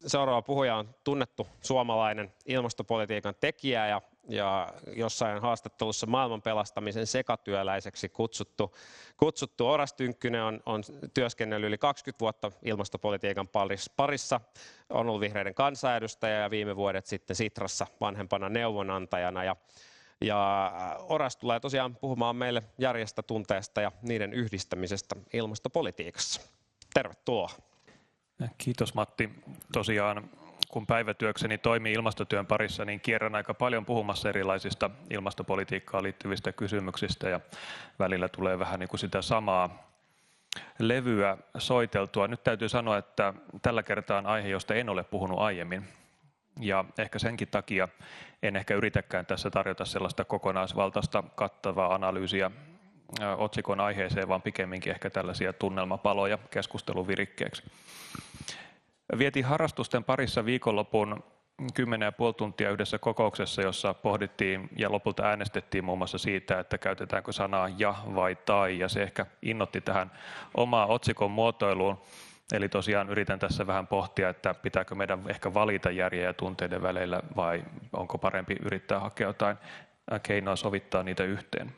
seuraava puhuja on tunnettu suomalainen ilmastopolitiikan tekijä ja jossain haastattelussa maailman pelastamisen sekatyöläiseksi kutsuttu Oras Tynkkynen on työskennellyt yli 20 vuotta ilmastopolitiikan parissa, on ollut vihreiden kansanedustaja ja viime vuodet sitten Sitrassa vanhempana neuvonantajana. Ja Oras tulee tosiaan puhumaan meille järjestötunteesta ja niiden yhdistämisestä ilmastopolitiikassa. Tervetuloa. Kiitos Matti. Tosiaan kun päivätyökseni toimii ilmastotyön parissa, niin kierrän aika paljon puhumassa erilaisista ilmastopolitiikkaan liittyvistä kysymyksistä ja välillä tulee vähän niin kuin sitä samaa levyä soiteltua. Nyt täytyy sanoa, että tällä kertaa on aihe, josta en ole puhunut aiemmin. Ja ehkä senkin takia en ehkä yritäkään tässä tarjota sellaista kokonaisvaltaista kattavaa analyysiä otsikon aiheeseen, vaan pikemminkin ehkä tällaisia tunnelmapaloja keskustelun virikkeeksi. Vietin harrastusten parissa viikonlopun 10,5 tuntia yhdessä kokouksessa, jossa pohdittiin ja lopulta äänestettiin muun muassa siitä, että käytetäänkö sanaa ja vai tai, ja se ehkä innotti tähän omaa otsikon muotoiluun. Eli tosiaan yritän tässä vähän pohtia, että pitääkö meidän ehkä valita järjen ja tunteiden välillä vai onko parempi yrittää hakea jotain keinoa sovittaa niitä yhteen.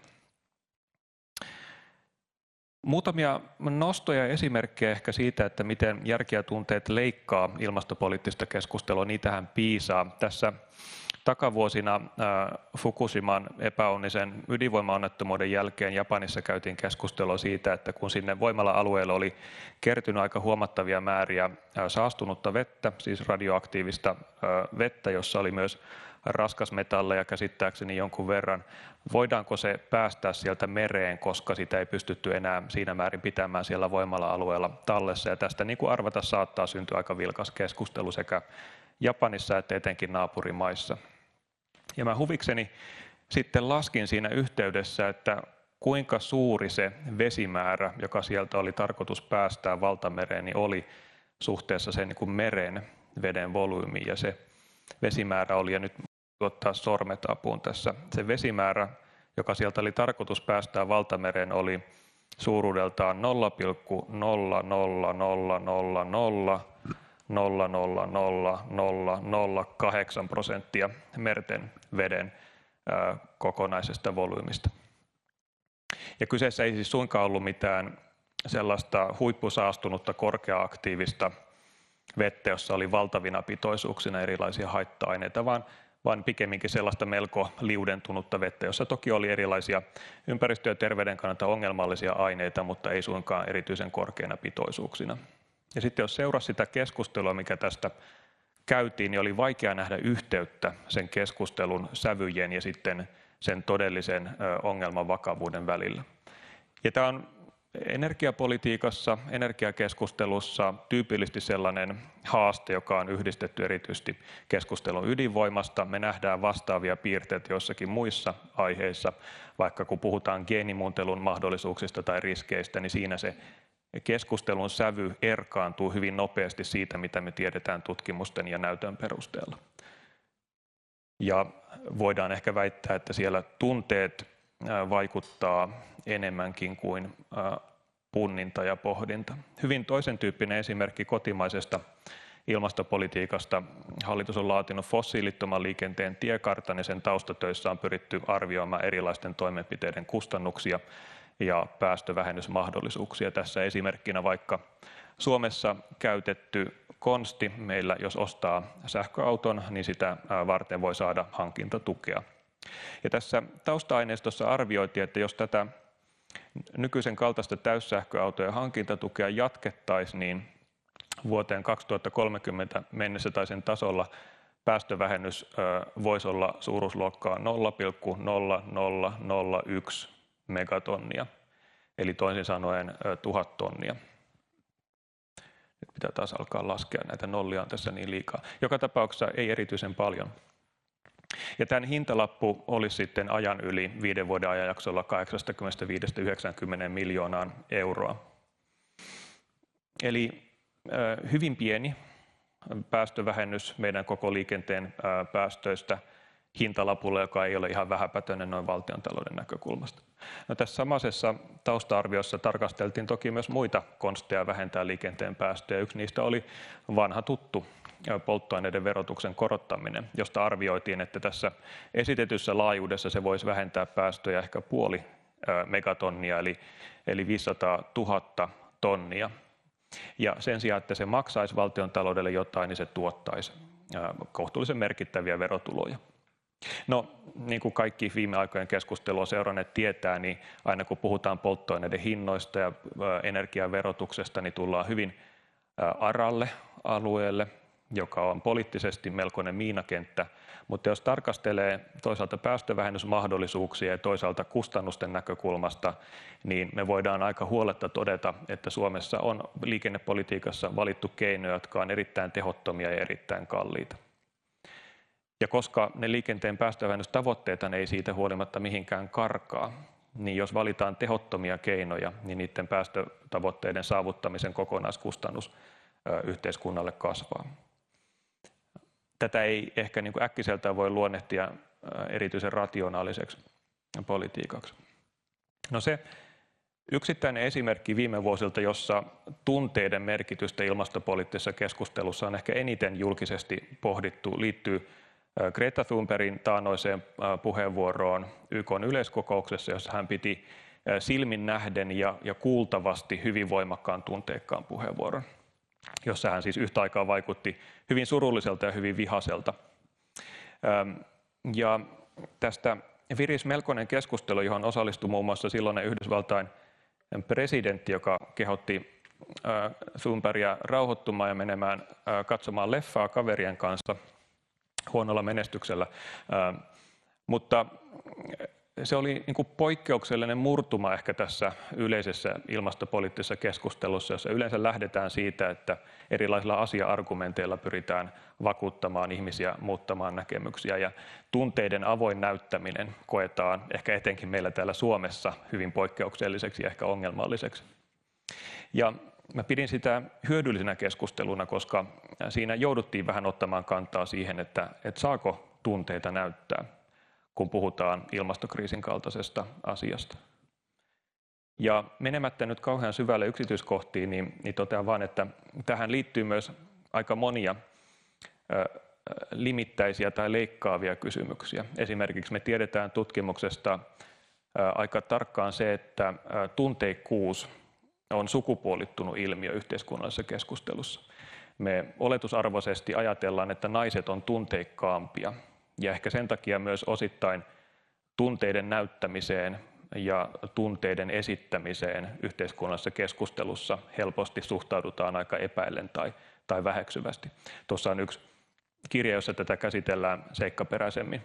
Muutamia nostoja ja esimerkkejä ehkä siitä, että miten järki ja tunteet leikkaa ilmastopoliittista keskustelua, niitähän piisaa. Tässä takavuosina Fukushiman epäonnisen ydinvoimaonnettomuuden jälkeen Japanissa käytiin keskustelua siitä, että kun sinne voimala-alueelle oli kertynyt aika huomattavia määriä saastunutta vettä, siis radioaktiivista vettä, jossa oli myös raskasmetalleja käsittääkseni jonkun verran. Voidaanko se päästää sieltä mereen, koska sitä ei pystytty enää siinä määrin pitämään siellä voimala-alueella tallessa. Ja tästä niin kuin arvata saattaa syntyä aika vilkas keskustelu sekä Japanissa että etenkin naapurimaissa. Ja mä huvikseni sitten laskin siinä yhteydessä, että kuinka suuri se vesimäärä, joka sieltä oli tarkoitus päästää valtamereen, niin oli suhteessa sen niin kuin meren veden volyymiin. Ja se vesimäärä oli, ja nyt ottaa sormet apuun tässä. Se vesimäärä, joka sieltä oli tarkoitus päästää valtamereen, oli suuruudeltaan 0,000000008% merten veden kokonaisesta volyymista. Ja kyseessä ei siis suinkaan ollut mitään sellaista huippusaastunutta korkea-aktiivista vettä, jossa oli valtavina pitoisuuksina erilaisia haitta-aineita, vaan pikemminkin sellaista melko liudentunutta vettä, jossa toki oli erilaisia ympäristö- ja terveyden kannalta ongelmallisia aineita, mutta ei suinkaan erityisen korkeina pitoisuuksina. Ja sitten jos seurasi sitä keskustelua, mikä tästä käytiin, niin oli vaikea nähdä yhteyttä sen keskustelun sävyjen ja sitten sen todellisen ongelman vakavuuden välillä. Ja tämä on energiapolitiikassa, energiakeskustelussa tyypillisesti sellainen haaste, joka on yhdistetty erityisesti keskustelun ydinvoimasta. Me nähdään vastaavia piirteitä joissakin muissa aiheissa, vaikka kun puhutaan geenimuuntelun mahdollisuuksista tai riskeistä, niin siinä se keskustelun sävy erkaantuu hyvin nopeasti siitä, mitä me tiedetään tutkimusten ja näytön perusteella. Ja voidaan ehkä väittää, että siellä tunteet vaikuttaa enemmänkin kuin punninta ja pohdinta. Hyvin toisen tyyppinen esimerkki kotimaisesta ilmastopolitiikasta. Hallitus on laatinut fossiilittoman liikenteen tiekartan ja sen taustatöissä on pyritty arvioimaan erilaisten toimenpiteiden kustannuksia ja päästövähennysmahdollisuuksia. Tässä esimerkkinä vaikka Suomessa käytetty konsti. Meillä jos ostaa sähköauton, niin sitä varten voi saada hankintatukea. Ja tässä tausta-aineistossa arvioitiin, että jos tätä nykyisen kaltaista täyssähköautojen hankintatukea jatkettaisiin, niin vuoteen 2030 mennessä tai sen tasolla päästövähennys voisi olla suuruusluokkaa 0,0001 megatonnia, eli toisin sanoen 1000 tonnia. Nyt pitää taas alkaa laskea, näitä nollia on tässä niin liikaa. Joka tapauksessa ei erityisen paljon. Ja tämän hintalappu olisi sitten ajan yli 5 vuoden ajanjaksolla 85–90 miljoonaa euroa. Eli hyvin pieni päästövähennys meidän koko liikenteen päästöistä hintalapulla, joka ei ole ihan vähäpätöinen noin valtiontalouden näkökulmasta. No, tässä samaisessa tausta-arviossa tarkasteltiin toki myös muita konsteja vähentää liikenteen päästöjä. Yksi niistä oli vanha tuttu polttoaineiden verotuksen korottaminen, josta arvioitiin, että tässä esitetyssä laajuudessa se voisi vähentää päästöjä ehkä 0,5 megatonnia, eli 500 000 tonnia. Ja sen sijaan, että se maksaisi valtiontaloudelle jotain, niin se tuottaisi kohtuullisen merkittäviä verotuloja. No, niin kuin kaikki viime aikojen keskustelua seuranneet tietää, niin aina kun puhutaan polttoaineiden hinnoista ja energiaverotuksesta, niin tullaan hyvin aralle alueelle, joka on poliittisesti melkoinen miinakenttä. Mutta jos tarkastelee toisaalta päästövähennysmahdollisuuksia ja toisaalta kustannusten näkökulmasta, niin me voidaan aika huoletta todeta, että Suomessa on liikennepolitiikassa valittu keinoja, jotka on erittäin tehottomia ja erittäin kalliita. Ja koska ne liikenteen päästövähennystavoitteet ei siitä huolimatta mihinkään karkaa, niin jos valitaan tehottomia keinoja, niin niiden päästötavoitteiden saavuttamisen kokonaiskustannus yhteiskunnalle kasvaa. Tätä ei ehkä niin kuin äkkiseltään voi luonnehtia erityisen rationaaliseksi politiikaksi. No se yksittäinen esimerkki viime vuosilta, jossa tunteiden merkitystä ilmastopoliittisessa keskustelussa on ehkä eniten julkisesti pohdittu, liittyy Greta Thunbergin taannoiseen puheenvuoroon YK:n yleiskokouksessa, jossa hän piti silmin nähden ja kuultavasti hyvin voimakkaan tunteikkaan puheenvuoron, jossa hän siis yhtä aikaa vaikutti hyvin surulliselta ja hyvin vihaselta. Ja tästä virisi melkoinen keskustelu, johon osallistui muun muassa silloinen Yhdysvaltain presidentti, joka kehotti Thunbergia rauhoittumaan ja menemään katsomaan leffaa kaverien kanssa huonolla menestyksellä. Mutta se oli niin kuin poikkeuksellinen murtuma ehkä tässä yleisessä ilmastopoliittisessa keskustelussa, jossa yleensä lähdetään siitä, että erilaisilla asia-argumenteilla pyritään vakuuttamaan ihmisiä muuttamaan näkemyksiä. Ja tunteiden avoin näyttäminen koetaan ehkä etenkin meillä täällä Suomessa hyvin poikkeukselliseksi ja ehkä ongelmalliseksi. Ja mä pidin sitä hyödyllisenä keskusteluna, koska siinä jouduttiin vähän ottamaan kantaa siihen, että saako tunteita näyttää, kun puhutaan ilmastokriisin kaltaisesta asiasta. Ja menemättä nyt kauhean syvälle yksityiskohtiin, niin totean vain, että tähän liittyy myös aika monia limittäisiä tai leikkaavia kysymyksiä. Esimerkiksi me tiedetään tutkimuksesta aika tarkkaan se, että tunteikkuus on sukupuolittunut ilmiö yhteiskunnallisessa keskustelussa. Me oletusarvoisesti ajatellaan, että naiset on tunteikkaampia ja ehkä sen takia myös osittain tunteiden näyttämiseen ja tunteiden esittämiseen yhteiskunnallisessa keskustelussa helposti suhtaudutaan aika epäillen tai väheksyvästi. Tuossa on yksi kirja, jossa tätä käsitellään seikkaperäisemmin.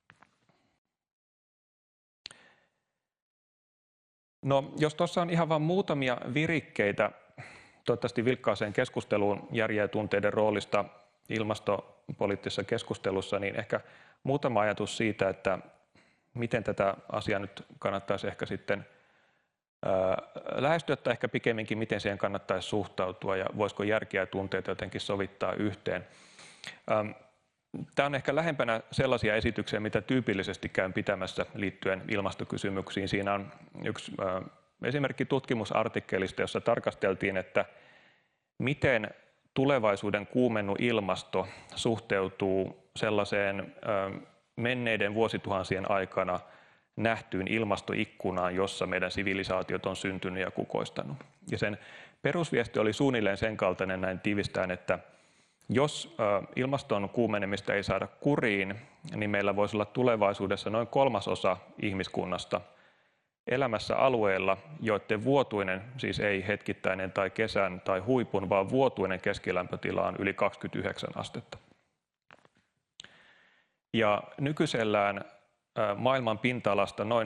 No, jos tuossa on ihan vain muutamia virikkeitä, toivottavasti vilkkaaseen keskusteluun järjen ja tunteiden roolista ilmastopoliittisessa keskustelussa, niin ehkä muutama ajatus siitä, että miten tätä asiaa nyt kannattaisi ehkä sitten lähestyä, tai ehkä pikemminkin miten siihen kannattaisi suhtautua ja voisiko järkeä ja tunteita jotenkin sovittaa yhteen. Tämä on ehkä lähempänä sellaisia esityksiä, mitä tyypillisesti käyn pitämässä liittyen ilmastokysymyksiin. Siinä on yksi esimerkki tutkimusartikkelista, jossa tarkasteltiin, että miten tulevaisuuden kuumennut ilmasto suhteutuu sellaiseen menneiden vuosituhansien aikana nähtyyn ilmastoikkunaan, jossa meidän sivilisaatiot on syntynyt ja kukoistanut. Ja sen perusviesti oli suunnilleen sen kaltainen, näin tiivistään, että jos ilmaston kuumenemista ei saada kuriin, niin meillä voisi olla tulevaisuudessa noin 1/3 ihmiskunnasta elämässä alueella, joiden vuotuinen, siis ei hetkittäinen tai kesän tai huipun, vaan vuotuinen keskilämpötila on yli 29 astetta. Ja nykyisellään maailman pinta-alasta noin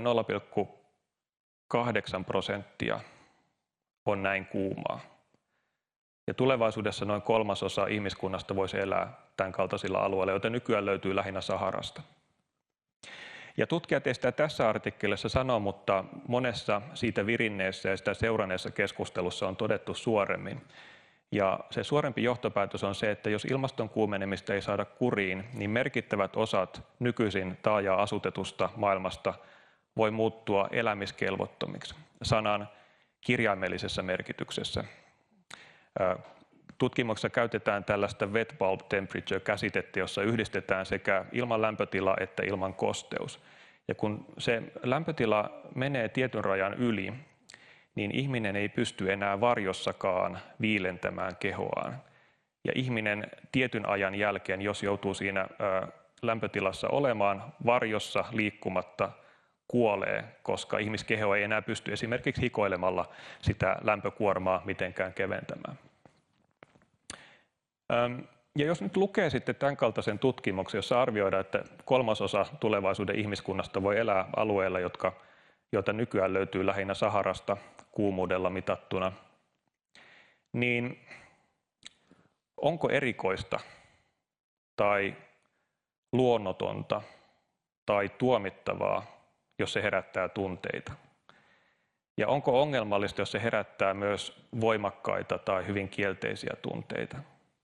0,8% on näin kuumaa. Ja tulevaisuudessa noin 1/3 ihmiskunnasta voisi elää tämän kaltaisilla alueilla, joita nykyään löytyy lähinnä Saharasta. Ja tutkijat ei sitä tässä artikkelissa sano, mutta monessa siitä virinneessä ja sitä seuranneessa keskustelussa on todettu suoremmin. Ja se suorempi johtopäätös on se, että jos ilmaston kuumenemista ei saada kuriin, niin merkittävät osat nykyisin taajaa asutetusta maailmasta voi muuttua elämiskelvottomiksi sanan kirjaimellisessä merkityksessä. Tutkimuksessa käytetään tällaista wet bulb temperature-käsitettä, jossa yhdistetään sekä ilman lämpötila että ilman kosteus. Ja kun se lämpötila menee tietyn rajan yli, niin ihminen ei pysty enää varjossakaan viilentämään kehoaan. Ja ihminen tietyn ajan jälkeen, jos joutuu siinä lämpötilassa olemaan varjossa liikkumatta, kuolee, koska ihmiskeho ei enää pysty esimerkiksi hikoilemalla sitä lämpökuormaa mitenkään keventämään. Ja jos nyt lukee sitten tämän kaltaisen tutkimuksen, jossa arvioidaan, että 1/3 tulevaisuuden ihmiskunnasta voi elää alueilla, joita nykyään löytyy lähinnä Saharasta kuumuudella mitattuna, niin onko erikoista tai luonnotonta tai tuomittavaa, jos se herättää tunteita? Ja onko ongelmallista, jos se herättää myös voimakkaita tai hyvin kielteisiä tunteita?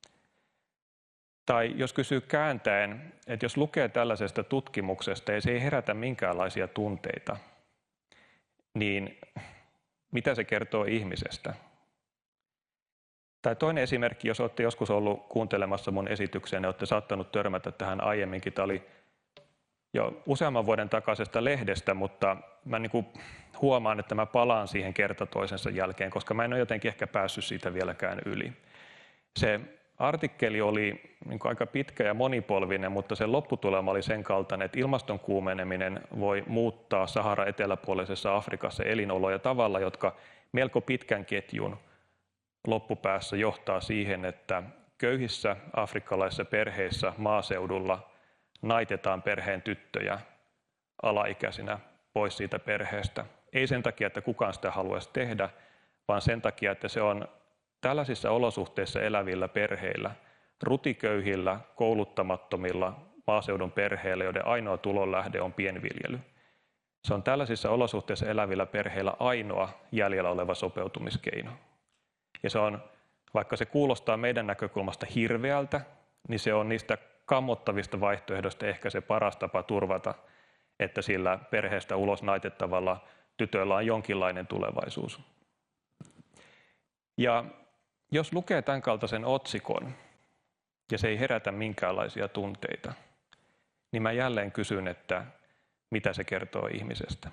Tai jos kysyy kääntäen, että jos lukee tällaisesta tutkimuksesta ja se ei herätä minkäänlaisia tunteita, niin mitä se kertoo ihmisestä? Tai toinen esimerkki, jos olette joskus ollut kuuntelemassa mun esitykseen ja olette saattanut törmätä tähän aiemminkin. Tämä oli jo useamman vuoden takaisesta lehdestä, mutta mä huomaan, että mä palaan siihen kerta toisensa jälkeen, koska mä en ole jotenkin ehkä päässyt siitä vieläkään yli. Se artikkeli oli aika pitkä ja monipolvinen, mutta sen lopputulema oli sen kaltainen, että ilmaston kuumeneminen voi muuttaa Saharan eteläpuolisessa Afrikassa elinoloja tavalla, jotka melko pitkän ketjun loppupäässä johtaa siihen, että köyhissä afrikkalaisissa perheissä maaseudulla naitetaan perheen tyttöjä alaikäisinä pois siitä perheestä. Ei sen takia, että kukaan sitä haluaisi tehdä, vaan sen takia, että se on tällaisissa olosuhteissa elävillä perheillä, rutiköyhillä, kouluttamattomilla maaseudun perheillä, joiden ainoa tulonlähde on pienviljely. Se on tällaisissa olosuhteissa elävillä perheillä ainoa jäljellä oleva sopeutumiskeino. Ja se on, vaikka se kuulostaa meidän näkökulmasta hirveältä, niin se on niistä kammottavista vaihtoehdoista ehkä se paras tapa turvata, että sillä perheestä ulos naitettavalla tytöllä on jonkinlainen tulevaisuus. Ja jos lukee tämän kaltaisen otsikon ja se ei herätä minkäänlaisia tunteita, niin mä jälleen kysyn, että mitä se kertoo ihmisestä.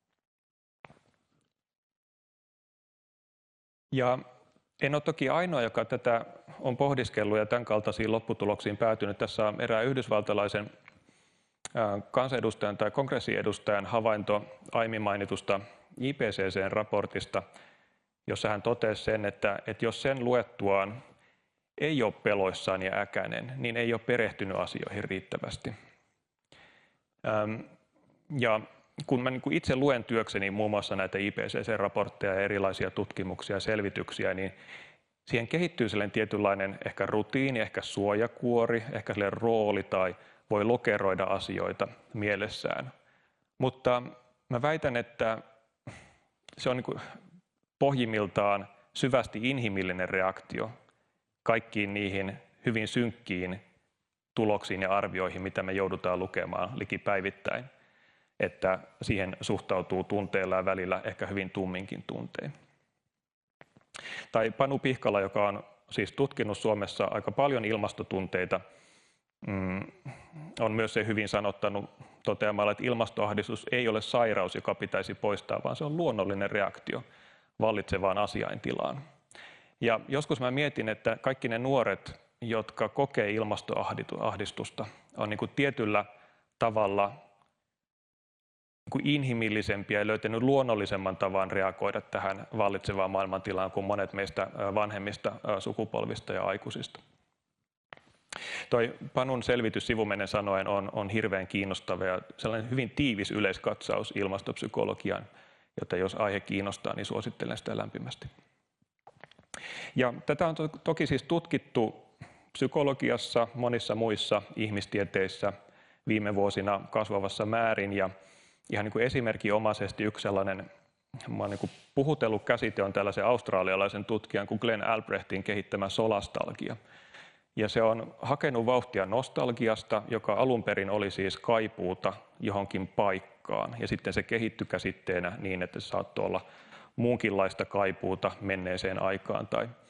Ja en ole toki ainoa, joka tätä on pohdiskellut ja tämän kaltaisiin lopputuloksiin päätynyt. Tässä on erään yhdysvaltalaisen kansanedustajan tai kongressiedustajan havainto aiemmin mainitusta IPCC:n raportista, jossa hän totesi sen, että jos sen luettuaan ei ole peloissaan ja äkäinen, niin ei ole perehtynyt asioihin riittävästi. Ja kun mä itse luen työkseni muun muassa näitä IPCC-raportteja ja erilaisia tutkimuksia ja selvityksiä, niin siihen kehittyy sellainen tietynlainen ehkä rutiini, ehkä suojakuori, ehkä sellainen rooli tai voi lokeroida asioita mielessään. Mutta mä väitän, että se on pohjimmiltaan syvästi inhimillinen reaktio kaikkiin niihin hyvin synkkiin tuloksiin ja arvioihin, mitä me joudutaan lukemaan likipäivittäin, että siihen suhtautuu tunteella ja välillä ehkä hyvin tumminkin tuntein. Tai Panu Pihkala, joka on siis tutkinut Suomessa aika paljon ilmastotunteita, on myös se hyvin sanottanut toteamalla, että ilmastoahdistus ei ole sairaus, joka pitäisi poistaa, vaan se on luonnollinen reaktio vallitsevaan asiaintilaan. Ja joskus mä mietin, että kaikki ne nuoret, jotka kokee ilmastoahdistusta, on tietyllä tavalla inhimillisempiä ja löytänyt luonnollisemman tavan reagoida tähän vallitsevaan maailmantilaan kuin monet meistä vanhemmista sukupolvista ja aikuisista. Toi Panun selvitys sivumennen sanoen on hirveän kiinnostava ja sellainen hyvin tiivis yleiskatsaus ilmastopsykologiaan, joten jos aihe kiinnostaa, niin suosittelen sitä lämpimästi. Ja tätä on toki siis tutkittu psykologiassa, monissa muissa ihmistieteissä viime vuosina kasvavassa määrin. Ja ihan esimerkinomaisesti yksi sellainen puhutellut käsite on tällaisen australialaisen tutkijan kuin Glenn Albrechtin kehittämä solastalgia. Ja se on hakenut vauhtia nostalgiasta, joka alun perin oli siis kaipuuta johonkin paikkaan. Ja sitten se kehittyi käsitteenä niin, että se saattoi olla muunkinlaista kaipuuta menneeseen aikaan tai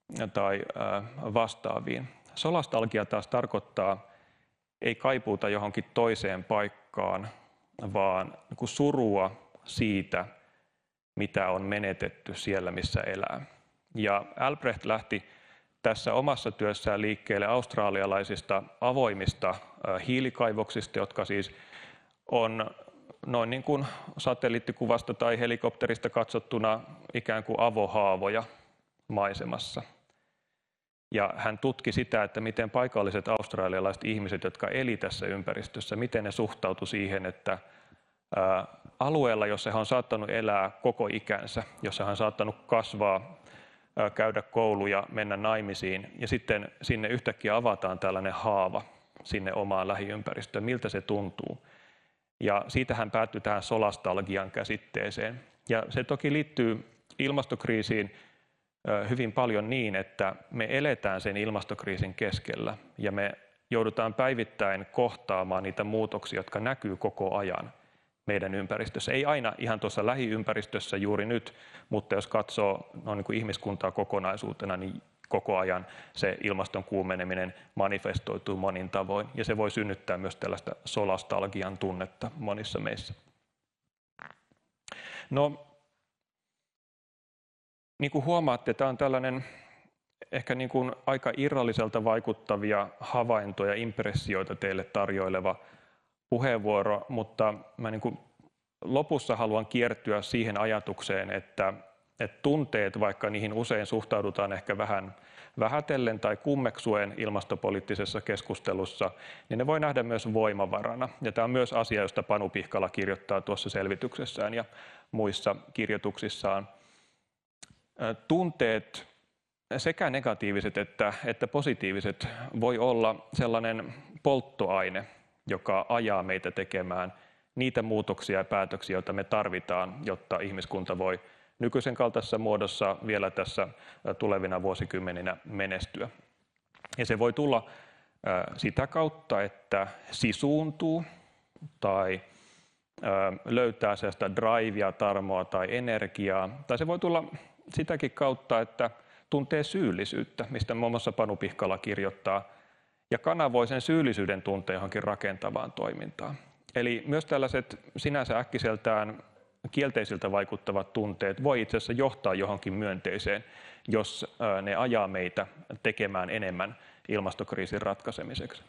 tai vastaaviin. Solastalgia taas tarkoittaa ei kaipuuta johonkin toiseen paikkaan, vaan surua siitä, mitä on menetetty siellä, missä elää. Ja Albrecht lähti tässä omassa työssään liikkeelle australialaisista avoimista hiilikaivoksista, jotka siis on noin niin kuin satelliittikuvasta tai helikopterista katsottuna ikään kuin avohaavoja maisemassa. Ja hän tutki sitä, että miten paikalliset australialaiset ihmiset, jotka eli tässä ympäristössä, miten ne suhtautu siihen, että alueella, jossa hän on saattanut elää koko ikänsä, jossa hän on saattanut kasvaa, käydä kouluja, mennä naimisiin, ja sitten sinne yhtäkkiä avataan tällainen haava sinne omaan lähiympäristöön, miltä se tuntuu. Ja siitä hän päätyi tähän solastalgian käsitteeseen. Ja se toki liittyy ilmastokriisiin hyvin paljon niin, että me eletään sen ilmastokriisin keskellä ja me joudutaan päivittäin kohtaamaan niitä muutoksia, jotka näkyy koko ajan meidän ympäristössä. Ei aina ihan tuossa lähiympäristössä juuri nyt, mutta jos katsoo niin kuin ihmiskuntaa kokonaisuutena, niin koko ajan se ilmaston kuumeneminen manifestoituu monin tavoin ja se voi synnyttää myös tällaista solastalgian tunnetta monissa meissä. No, niin kuin huomaatte, tämä on tällainen ehkä niin kuin aika irralliselta vaikuttavia havaintoja, impressioita teille tarjoileva puheenvuoro, mutta mä niin kuin lopussa haluan kiertyä siihen ajatukseen, että tunteet, vaikka niihin usein suhtaudutaan ehkä vähän vähätellen tai kummeksuen ilmastopoliittisessa keskustelussa, niin ne voi nähdä myös voimavarana. Ja tämä on myös asia, josta Panu Pihkala kirjoittaa tuossa selvityksessään ja muissa kirjoituksissaan. Tunteet, sekä negatiiviset että positiiviset, voi olla sellainen polttoaine, joka ajaa meitä tekemään niitä muutoksia ja päätöksiä, joita me tarvitaan, jotta ihmiskunta voi nykyisen kaltaisessa muodossa vielä tässä tulevina vuosikymmeninä menestyä. Ja se voi tulla sitä kautta, että sisuuntuu tai löytää sellaista drivea, tarmoa tai energiaa. Tai se voi tulla sitäkin kautta, että tuntee syyllisyyttä, mistä muun muassa Panu Pihkala kirjoittaa, ja kanavoi sen syyllisyyden tunteen johonkin rakentavaan toimintaan. Eli myös tällaiset sinänsä äkkiseltään kielteisiltä vaikuttavat tunteet voi itse asiassa johtaa johonkin myönteiseen, jos ne ajaa meitä tekemään enemmän ilmastokriisin ratkaisemiseksi.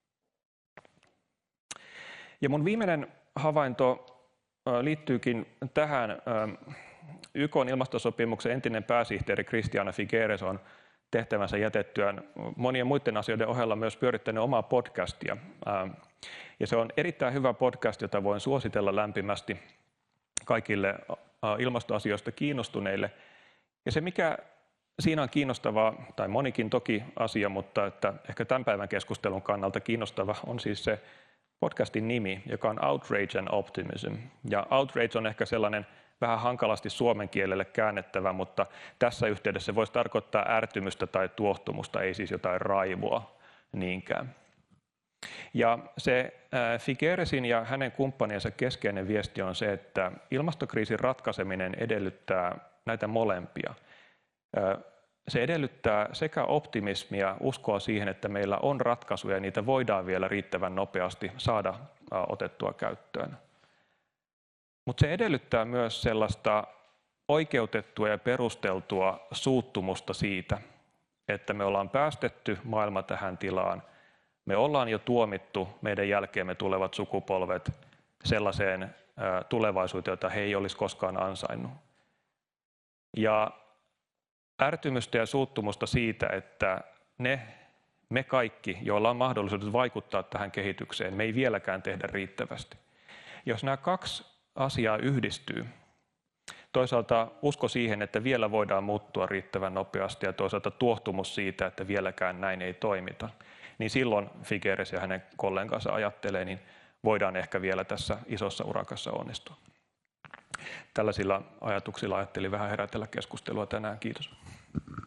Ja mun viimeinen havainto liittyykin tähän. YK:n ilmastosopimuksen entinen pääsihteeri Christiana Figueres on tehtävänsä jätettyään monien muiden asioiden ohella myös pyörittänyt omaa podcastia. Ja se on erittäin hyvä podcast, jota voin suositella lämpimästi kaikille ilmastoasioista kiinnostuneille. Ja se, mikä siinä on kiinnostavaa, tai monikin toki asia, mutta että ehkä tämän päivän keskustelun kannalta kiinnostava on siis se podcastin nimi, joka on Outrage and Optimism. Ja outrage on ehkä sellainen vähän hankalasti suomen kielelle käännettävä, mutta tässä yhteydessä se voisi tarkoittaa ärtymystä tai tuohtumusta, ei siis jotain raivoa niinkään. Ja se Figueresin ja hänen kumppaniensa keskeinen viesti on se, että ilmastokriisin ratkaiseminen edellyttää näitä molempia. Se edellyttää sekä optimismia, uskoa siihen, että meillä on ratkaisuja ja niitä voidaan vielä riittävän nopeasti saada otettua käyttöön. Mutta se edellyttää myös sellaista oikeutettua ja perusteltua suuttumusta siitä, että me ollaan päästetty maailma tähän tilaan. Me ollaan jo tuomittu meidän jälkeemme tulevat sukupolvet sellaiseen tulevaisuuteen, jota he ei olisi koskaan ansainnut. Ja ärtymystä ja suuttumusta siitä, että me kaikki, joilla on mahdollisuus vaikuttaa tähän kehitykseen, me ei vieläkään tehdä riittävästi. Jos nämä kaksi asiaa yhdistyy, toisaalta usko siihen, että vielä voidaan muuttua riittävän nopeasti ja toisaalta tuohtumus siitä, että vieläkään näin ei toimita, niin silloin Figueres ja hänen kollegansa ajattelee, niin voidaan ehkä vielä tässä isossa urakassa onnistua. Tällaisilla ajatuksilla ajattelin vähän herätellä keskustelua tänään. Kiitos.